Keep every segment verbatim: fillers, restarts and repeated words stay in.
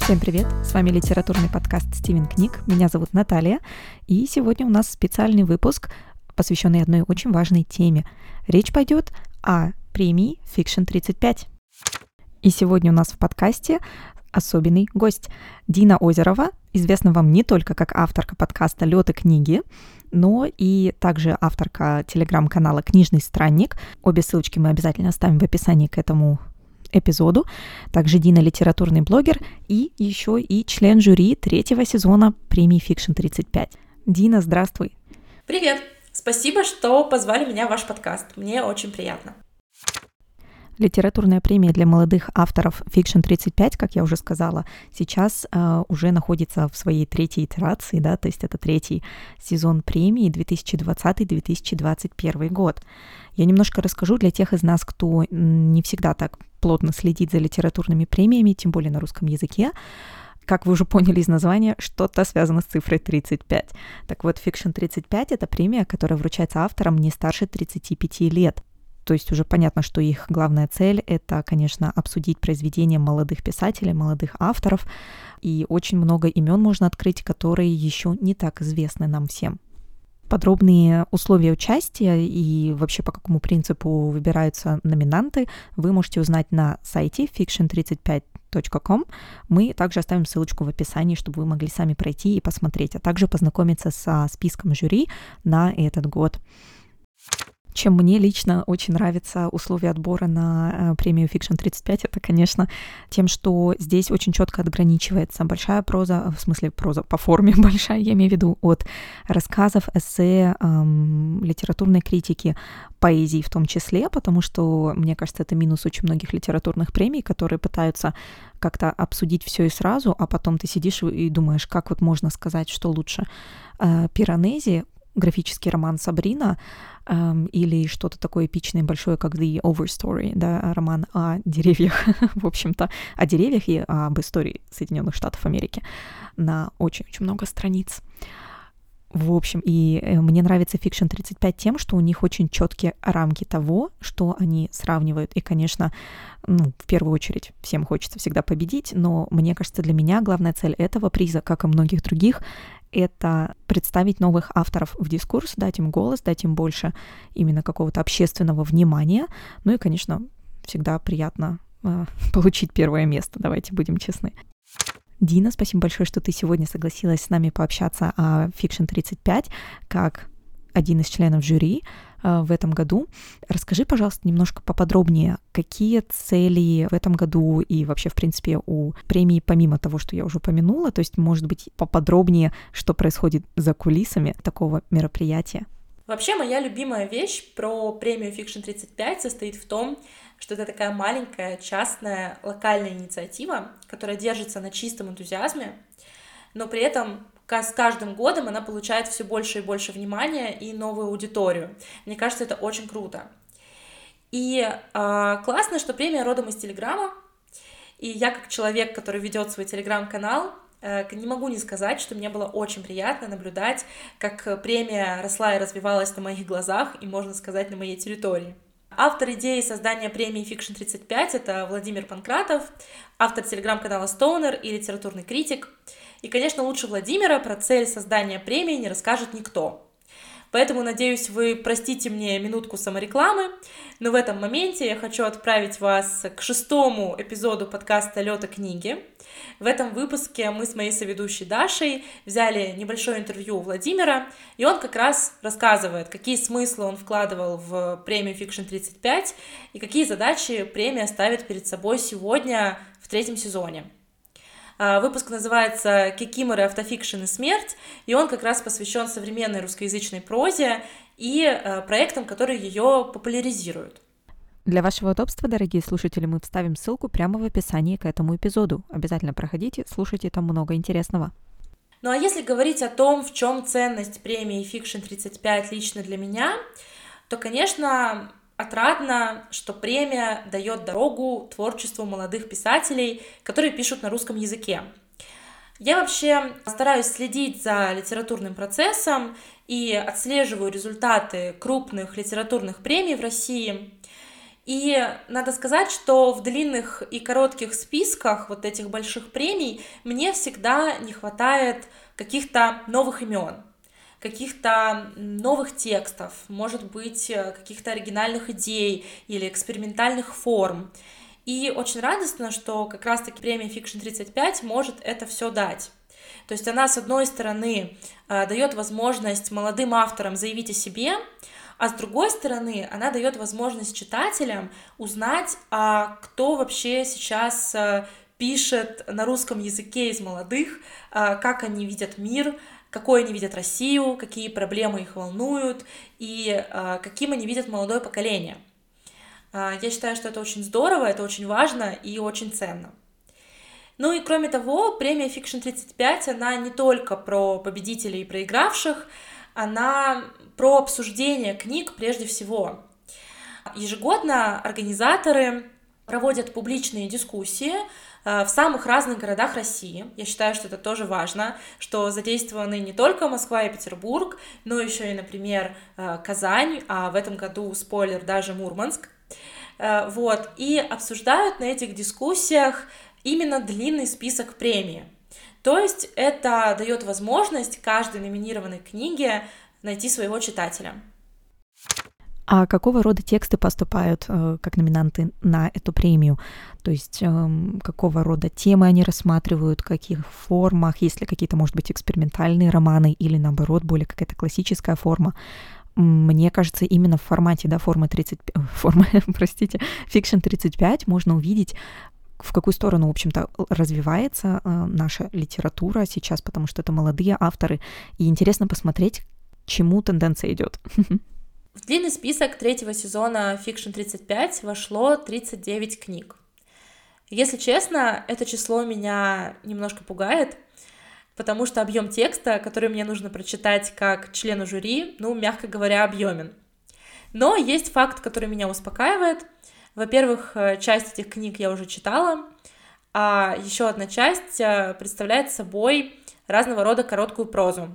Всем привет! С вами литературный подкаст «Стивен Книг». Меня зовут Наталья, и сегодня у нас специальный выпуск, посвященный одной очень важной теме. Речь пойдет о премии Fiction тридцать пять. И сегодня у нас в подкасте особенный гость. Дина Озерова, известна вам не только как авторка подкаста «Лёд и книги», но и также авторка телеграм-канала «Книжный странник». Обе ссылочки мы обязательно оставим в описании к этому эпизоду. Также Дина литературный блогер и еще и член жюри третьего сезона премии Fiction тридцать пять. Дина, здравствуй. Привет! Спасибо, что позвали меня в ваш подкаст. Мне очень приятно. Литературная премия для молодых авторов Fiction тридцать пять, как я уже сказала, сейчас э, уже находится в своей третьей итерации, да, то есть это третий сезон премии две тысячи двадцатый - две тысячи двадцать первый год. Я немножко расскажу для тех из нас, кто не всегда так плотно следит за литературными премиями, тем более на русском языке. Как вы уже поняли из названия, что-то связано с цифрой тридцать пять. Так вот, Fiction тридцать пять — это премия, которая вручается авторам не старше тридцати пяти лет. То есть уже понятно, что их главная цель — это, конечно, обсудить произведения молодых писателей, молодых авторов. И очень много имен можно открыть, которые еще не так известны нам всем. Подробные условия участия и вообще по какому принципу выбираются номинанты вы можете узнать на сайте фикшн тридцать пять точка ком. Мы также оставим ссылочку в описании, чтобы вы могли сами пройти и посмотреть, а также познакомиться со списком жюри на этот год. Чем мне лично очень нравятся условия отбора на премию Fiction тридцать пять, это, конечно, тем, что здесь очень четко отграничивается большая проза, в смысле проза по форме большая, я имею в виду, от рассказов, эссе, эм, литературной критики, поэзии в том числе, потому что, мне кажется, это минус очень многих литературных премий, которые пытаются как-то обсудить все и сразу, а потом ты сидишь и думаешь, как вот можно сказать, что лучше. Пиранези, графический роман «Сабрина», эм, или что-то такое эпичное, большое, как The Overstory, да, роман о деревьях, в общем-то, о деревьях и об истории Соединенных Штатов Америки на очень-очень много страниц. В общем, и мне нравится Fiction тридцать пять тем, что у них очень четкие рамки того, что они сравнивают. И, конечно, ну, в первую очередь всем хочется всегда победить, но мне кажется, для меня главная цель этого приза, как и многих других, это представить новых авторов в дискурс, дать им голос, дать им больше именно какого-то общественного внимания. Ну и, конечно, всегда приятно э, получить первое место, давайте будем честны. Дина, спасибо большое, что ты сегодня согласилась с нами пообщаться о Fiction тридцать пять как один из членов жюри э, в этом году. Расскажи, пожалуйста, немножко поподробнее, какие цели в этом году и вообще, в принципе, у премии, помимо того, что я уже упомянула, то есть, может быть, поподробнее, что происходит за кулисами такого мероприятия. Вообще, моя любимая вещь про премию Fiction тридцать пять состоит в том, что это такая маленькая, частная, локальная инициатива, которая держится на чистом энтузиазме, но при этом с каждым годом она получает все больше и больше внимания и новую аудиторию. Мне кажется, это очень круто. И э, классно, что премия родом из Телеграма, и я как человек, который ведет свой Телеграм-канал, э, не могу не сказать, что мне было очень приятно наблюдать, как премия росла и развивалась на моих глазах и, можно сказать, на моей территории. Автор идеи создания премии Fiction тридцать пять — это Владимир Панкратов, автор телеграм-канала Stoner и литературный критик. И, конечно, лучше Владимира про цель создания премии не расскажет никто. Поэтому, надеюсь, вы простите мне минутку саморекламы, но в этом моменте я хочу отправить вас к шестому эпизоду подкаста «Лёд и книги». В этом выпуске мы с моей соведущей Дашей взяли небольшое интервью у Владимира, и он как раз рассказывает, какие смыслы он вкладывал в премию Fiction тридцать пять и какие задачи премия ставит перед собой сегодня в третьем сезоне. Выпуск называется «Кикиморы, автофикшн и смерть», и он как раз посвящен современной русскоязычной прозе и проектам, которые ее популяризируют. Для вашего удобства, дорогие слушатели, мы вставим ссылку прямо в описании к этому эпизоду. Обязательно проходите, слушайте, там много интересного. Ну а если говорить о том, в чем ценность премии Fiction тридцать пять лично для меня, то, конечно, отрадно, что премия дает дорогу творчеству молодых писателей, которые пишут на русском языке. Я вообще стараюсь следить за литературным процессом и отслеживаю результаты крупных литературных премий в России. И надо сказать, что в длинных и коротких списках вот этих больших премий мне всегда не хватает каких-то новых имен, каких-то новых текстов, может быть, каких-то оригинальных идей или экспериментальных форм. И очень радостно, что как раз-таки премия Fiction тридцать пять может это все дать. То есть она, с одной стороны, дает возможность молодым авторам заявить о себе, а с другой стороны, она дает возможность читателям узнать, а кто вообще сейчас пишет на русском языке из молодых, как они видят мир, какой они видят Россию, какие проблемы их волнуют и каким они видят молодое поколение. Я считаю, что это очень здорово, это очень важно и очень ценно. Ну и кроме того, премия Fiction тридцать пять, она не только про победителей и проигравших, она про обсуждение книг прежде всего. Ежегодно организаторы проводят публичные дискуссии в самых разных городах России. Я считаю, что это тоже важно, что задействованы не только Москва и Петербург, но еще и, например, Казань, а в этом году, спойлер, даже Мурманск. Вот, и обсуждают на этих дискуссиях именно длинный список премии. То есть это дает возможность каждой номинированной книге найти своего читателя. А какого рода тексты поступают э, как номинанты на эту премию? То есть э, какого рода темы они рассматривают, в каких формах, есть ли какие-то, может быть, экспериментальные романы или, наоборот, более какая-то классическая форма? Мне кажется, именно в формате, да, формы тридцать, формы, простите, Fiction тридцать пять можно увидеть, в какую сторону, в общем-то, развивается э, наша литература сейчас, потому что это молодые авторы, и интересно посмотреть, к чему тенденция идет. В длинный список третьего сезона Fiction тридцать пять вошло тридцать девять книг. Если честно, это число меня немножко пугает, потому что объем текста, который мне нужно прочитать как члену жюри, ну, мягко говоря, объемен. Но есть факт, который меня успокаивает. Во-первых, часть этих книг я уже читала, а еще одна часть представляет собой разного рода короткую прозу.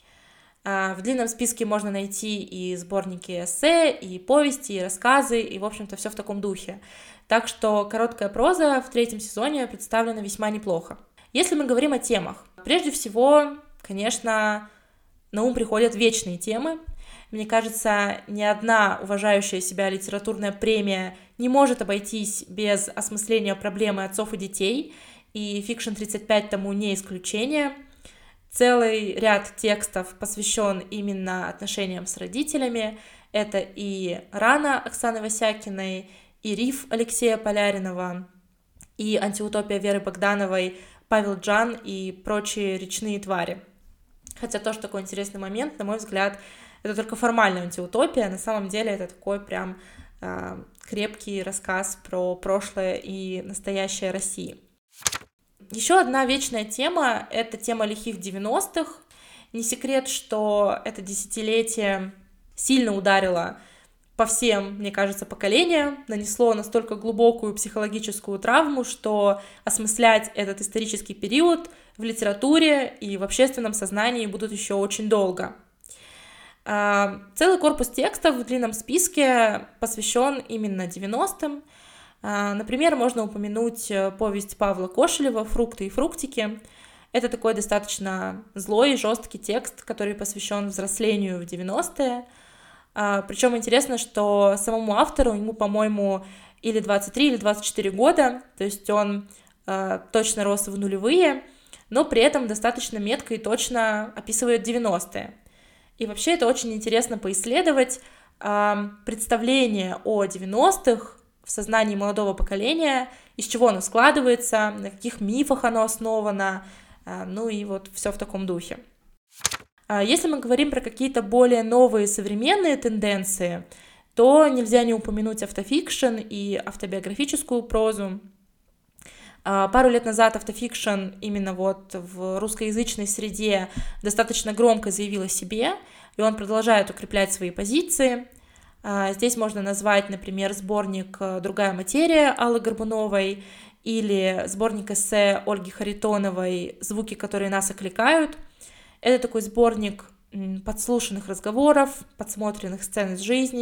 В длинном списке можно найти и сборники эссе, и повести, и рассказы, и, в общем-то, все в таком духе. Так что короткая проза в третьем сезоне представлена весьма неплохо. Если мы говорим о темах, прежде всего, конечно, на ум приходят вечные темы. Мне кажется, ни одна уважающая себя литературная премия не может обойтись без осмысления проблемы отцов и детей, и Fiction тридцать пять тому не исключение. Целый ряд текстов посвящен именно отношениям с родителями. Это и «Рана» Оксаны Васякиной, и «Риф» Алексея Поляринова, и «Антиутопия» Веры Богдановой, Павел Джан и прочие речные твари. Хотя тоже такой интересный момент, на мой взгляд, это только формальная антиутопия, на самом деле это такой прям э, крепкий рассказ про прошлое и настоящее России. Еще одна вечная тема — это тема лихих девяностых. Не секрет, что это десятилетие сильно ударило по всем, мне кажется, поколениям, нанесло настолько глубокую психологическую травму, что осмыслять этот исторический период в литературе и в общественном сознании будут еще очень долго. Целый корпус текстов в длинном списке посвящен именно девяностым. Например, можно упомянуть повесть Павла Кошелева «Фрукты и фруктики». Это такой достаточно злой и жесткий текст, который посвящен взрослению в девяностые. Причем интересно, что самому автору, ему, по-моему, или двадцать три, или двадцать четыре года, то есть он точно рос в нулевые, но при этом достаточно метко и точно описывает девяностые. И вообще это очень интересно поисследовать представление о девяностых в сознании молодого поколения, из чего оно складывается, на каких мифах оно основано, ну и вот все в таком духе. Если мы говорим про какие-то более новые современные тенденции, то нельзя не упомянуть автофикшн и автобиографическую прозу. Пару лет назад автофикшн именно вот в русскоязычной среде достаточно громко заявил о себе, и он продолжает укреплять свои позиции. Здесь можно назвать, например, сборник «Другая материя» Аллы Горбуновой или сборник эссе Ольги Харитоновой «Звуки, которые нас окликают». Это такой сборник подслушанных разговоров, подсмотренных сцен из жизни.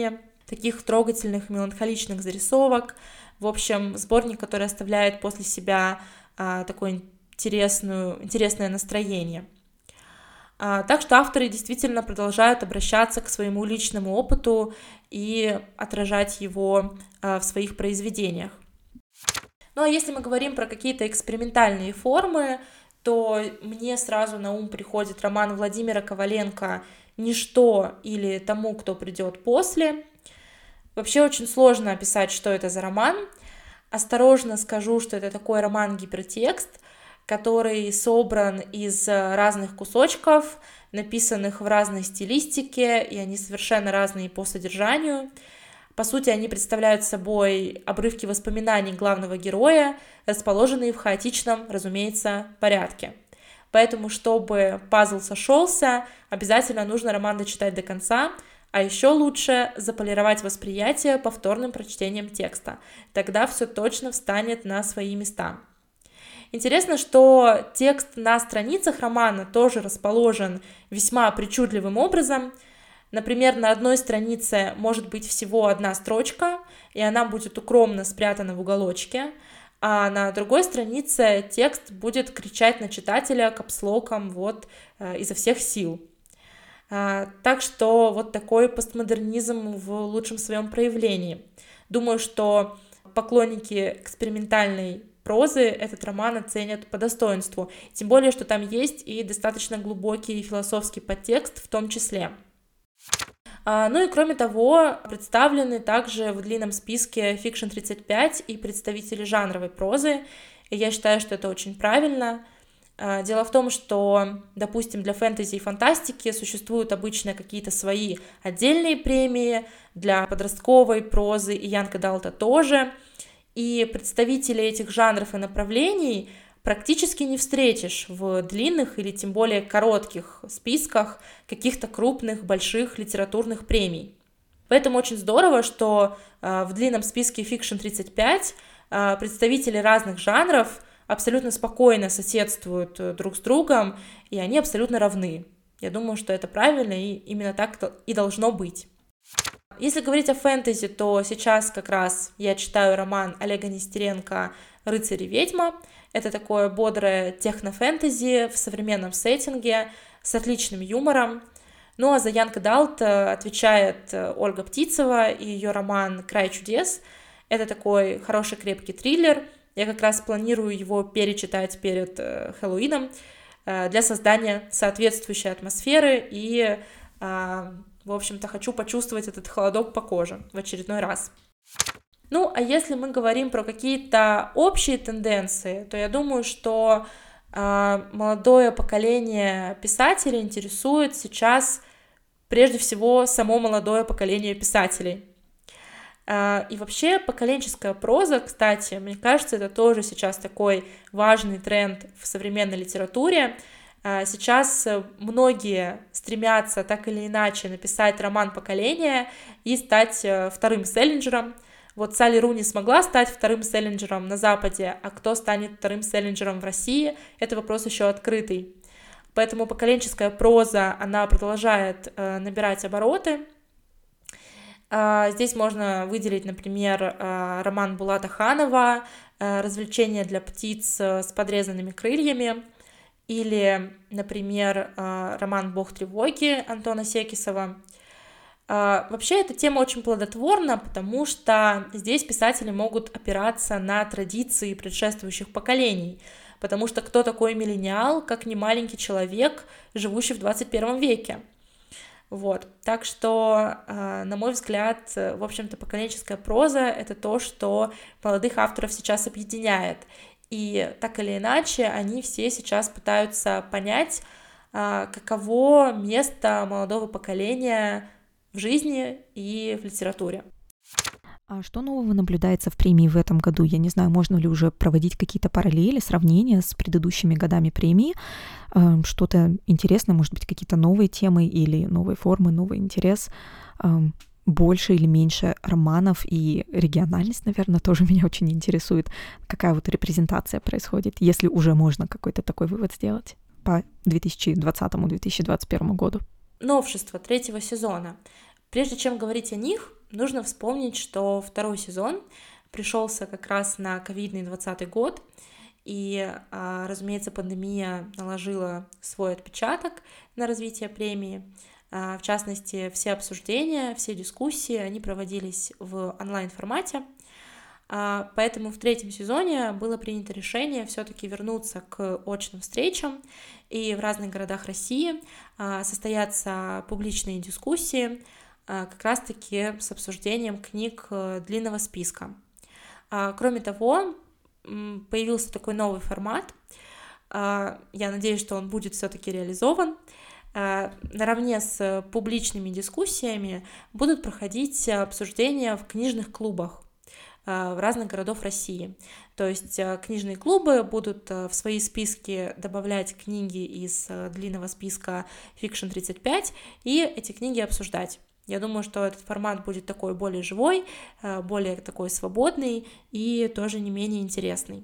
таких трогательных, меланхоличных зарисовок. В общем, сборник, который оставляет после себя а, такое интересную, интересное настроение. А, так что авторы действительно продолжают обращаться к своему личному опыту и отражать его а, в своих произведениях. Ну а если мы говорим про какие-то экспериментальные формы, то мне сразу на ум приходит роман Владимира Коваленко «Ничто» или «Тому, кто придет после». Вообще очень сложно описать, что это за роман. Осторожно скажу, что это такой роман-гипертекст, который собран из разных кусочков, написанных в разной стилистике, и они совершенно разные по содержанию. По сути, они представляют собой обрывки воспоминаний главного героя, расположенные в хаотичном, разумеется, порядке. Поэтому, чтобы пазл сошелся, обязательно нужно роман дочитать до конца, а еще лучше заполировать восприятие повторным прочтением текста. Тогда все точно встанет на свои места. Интересно, что текст на страницах романа тоже расположен весьма причудливым образом. Например, на одной странице может быть всего одна строчка, и она будет укромно спрятана в уголочке, а на другой странице текст будет кричать на читателя капслоком вот э, изо всех сил. А, так что вот такой постмодернизм в лучшем своем проявлении. Думаю, что поклонники экспериментальной прозы этот роман оценят по достоинству, тем более, что там есть и достаточно глубокий философский подтекст в том числе. Ну и кроме того, представлены также в длинном списке фикшн тридцать пять и представители жанровой прозы, и я считаю, что это очень правильно. Дело в том, что, допустим, для фэнтези и фантастики существуют обычно какие-то свои отдельные премии, для подростковой прозы и янг адалта тоже, и представителей этих жанров и направлений практически не встретишь в длинных или тем более коротких списках каких-то крупных, больших литературных премий. Поэтому очень здорово, что э, в длинном списке фикшн тридцать пять э, представители разных жанров абсолютно спокойно соседствуют друг с другом, и они абсолютно равны. Я думаю, что это правильно, и именно так и должно быть. Если говорить о фэнтези, то сейчас как раз я читаю роман Олега Нестеренко «Рыцарь и ведьма». Это такое бодрое техно-фэнтези в современном сеттинге с отличным юмором. Ну а за янг адалт отвечает Ольга Птицева и ее роман «Край чудес». Это такой хороший крепкий триллер. Я как раз планирую его перечитать перед Хэллоуином для создания соответствующей атмосферы и, в общем-то, хочу почувствовать этот холодок по коже в очередной раз. Ну, а если мы говорим про какие-то общие тенденции, то я думаю, что э, молодое поколение писателей интересует сейчас прежде всего само молодое поколение писателей. Э, и вообще поколенческая проза, кстати, мне кажется, это тоже сейчас такой важный тренд в современной литературе. Э, сейчас многие стремятся так или иначе написать роман поколения и стать э, вторым Селлинджером. Вот Салли Руни смогла стать вторым Селлинджером на Западе, а кто станет вторым Селлинджером в России, это вопрос еще открытый. Поэтому поколенческая проза, она продолжает э, набирать обороты. Э, здесь можно выделить, например, э, роман Булата Ханова э, «Развлечения для птиц с подрезанными крыльями», или, например, э, роман «Бог тревоги» Антона Секисова. Вообще эта тема очень плодотворна, потому что здесь писатели могут опираться на традиции предшествующих поколений, потому что кто такой миллениал, как не маленький человек, живущий в двадцать первом веке. Вот. Так что, на мой взгляд, в общем-то, поколенческая проза — это то, что молодых авторов сейчас объединяет. И так или иначе они все сейчас пытаются понять, каково место молодого поколения в жизни и в литературе. А что нового наблюдается в премии в этом году? Я не знаю, можно ли уже проводить какие-то параллели, сравнения с предыдущими годами премии. Что-то интересное, может быть, какие-то новые темы или новые формы, новый интерес. Больше или меньше романов, и региональность, наверное, тоже меня очень интересует. Какая вот репрезентация происходит, если уже можно какой-то такой вывод сделать по две тысячи двадцатому - две тысячи двадцать первому году? Новшества третьего сезона. Прежде чем говорить о них, нужно вспомнить, что второй сезон пришелся как раз на ковидный двадцатый год, и, разумеется, пандемия наложила свой отпечаток на развитие премии. В частности, все обсуждения, все дискуссии, они проводились в онлайн-формате, поэтому в третьем сезоне было принято решение все-таки вернуться к очным встречам, и в разных городах России состоятся публичные дискуссии как раз-таки с обсуждением книг длинного списка. Кроме того, появился такой новый формат, я надеюсь, что он будет все-таки реализован. Наравне с публичными дискуссиями будут проходить обсуждения в книжных клубах в разных городах России. То есть книжные клубы будут в свои списки добавлять книги из длинного списка Fiction тридцать пять и эти книги обсуждать. Я думаю, что этот формат будет такой более живой, более такой свободный и тоже не менее интересный.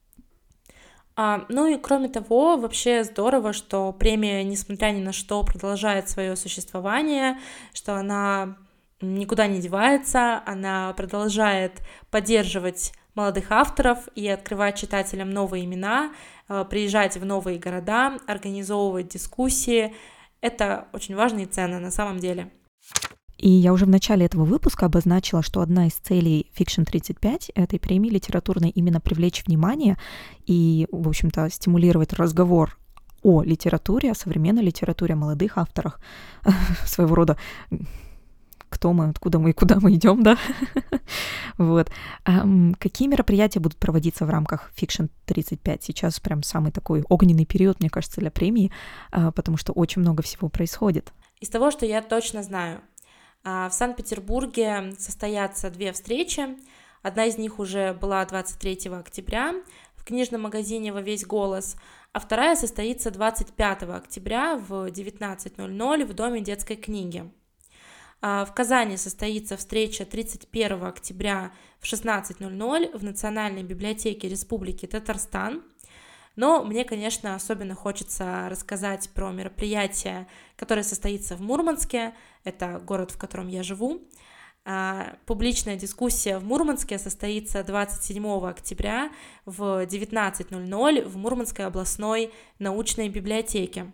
А, ну и кроме того, вообще здорово, что премия, несмотря ни на что, продолжает свое существование, что она никуда не девается, она продолжает поддерживать молодых авторов и открывать читателям новые имена, приезжать в новые города, организовывать дискуссии. Это очень важно и ценно на самом деле. И я уже в начале этого выпуска обозначила, что одна из целей Fiction тридцать пять этой премии литературной именно привлечь внимание и, в общем-то, стимулировать разговор о литературе, о современной литературе, о молодых авторах, своего рода кто мы, откуда мы и куда мы идем, да? Вот. Какие мероприятия будут проводиться в рамках Fiction тридцать пять? Сейчас прям самый такой огненный период, мне кажется, для премии, потому что очень много всего происходит. Из того, что я точно знаю, в Санкт-Петербурге состоятся две встречи. Одна из них уже была двадцать третьего октября в книжном магазине «Во весь голос», а вторая состоится двадцать пятого октября в девятнадцать ноль ноль в Доме детской книги. В Казани состоится встреча тридцать первого октября в шестнадцать ноль ноль в Национальной библиотеке Республики Татарстан. Но мне, конечно, особенно хочется рассказать про мероприятие, которое состоится в Мурманске, это город, в котором я живу. Публичная дискуссия в Мурманске состоится двадцать седьмого октября в девятнадцать ноль ноль в Мурманской областной научной библиотеке.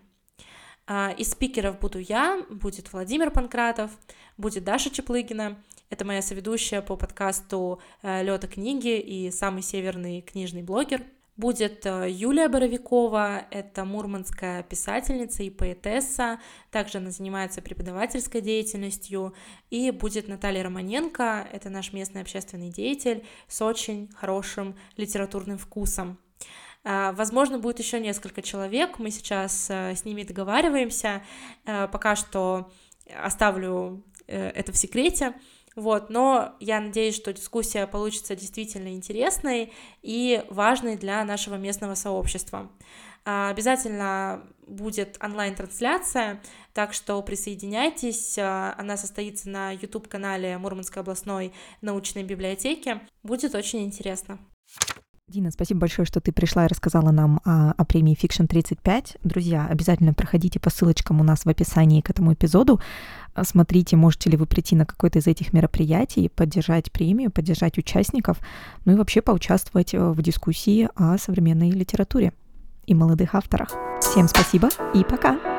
Из спикеров буду я, будет Владимир Панкратов, будет Даша Чаплыгина, это моя соведущая по подкасту «Лёта книги» и самый северный книжный блогер. Будет Юлия Боровикова, это мурманская писательница и поэтесса, также она занимается преподавательской деятельностью, и будет Наталья Романенко, это наш местный общественный деятель с очень хорошим литературным вкусом. Возможно, будет еще несколько человек, мы сейчас с ними договариваемся, пока что оставлю это в секрете. Вот, но я надеюсь, что дискуссия получится действительно интересной и важной для нашего местного сообщества. Обязательно будет онлайн-трансляция, так что присоединяйтесь, она состоится на YouTube-канале Мурманской областной научной библиотеки, будет очень интересно. Дина, спасибо большое, что ты пришла и рассказала нам о, о премии Fiction тридцать пять. Друзья, обязательно проходите по ссылочкам у нас в описании к этому эпизоду. Смотрите, можете ли вы прийти на какое-то из этих мероприятий, поддержать премию, поддержать участников, ну и вообще поучаствовать в дискуссии о современной литературе и молодых авторах. Всем спасибо и пока!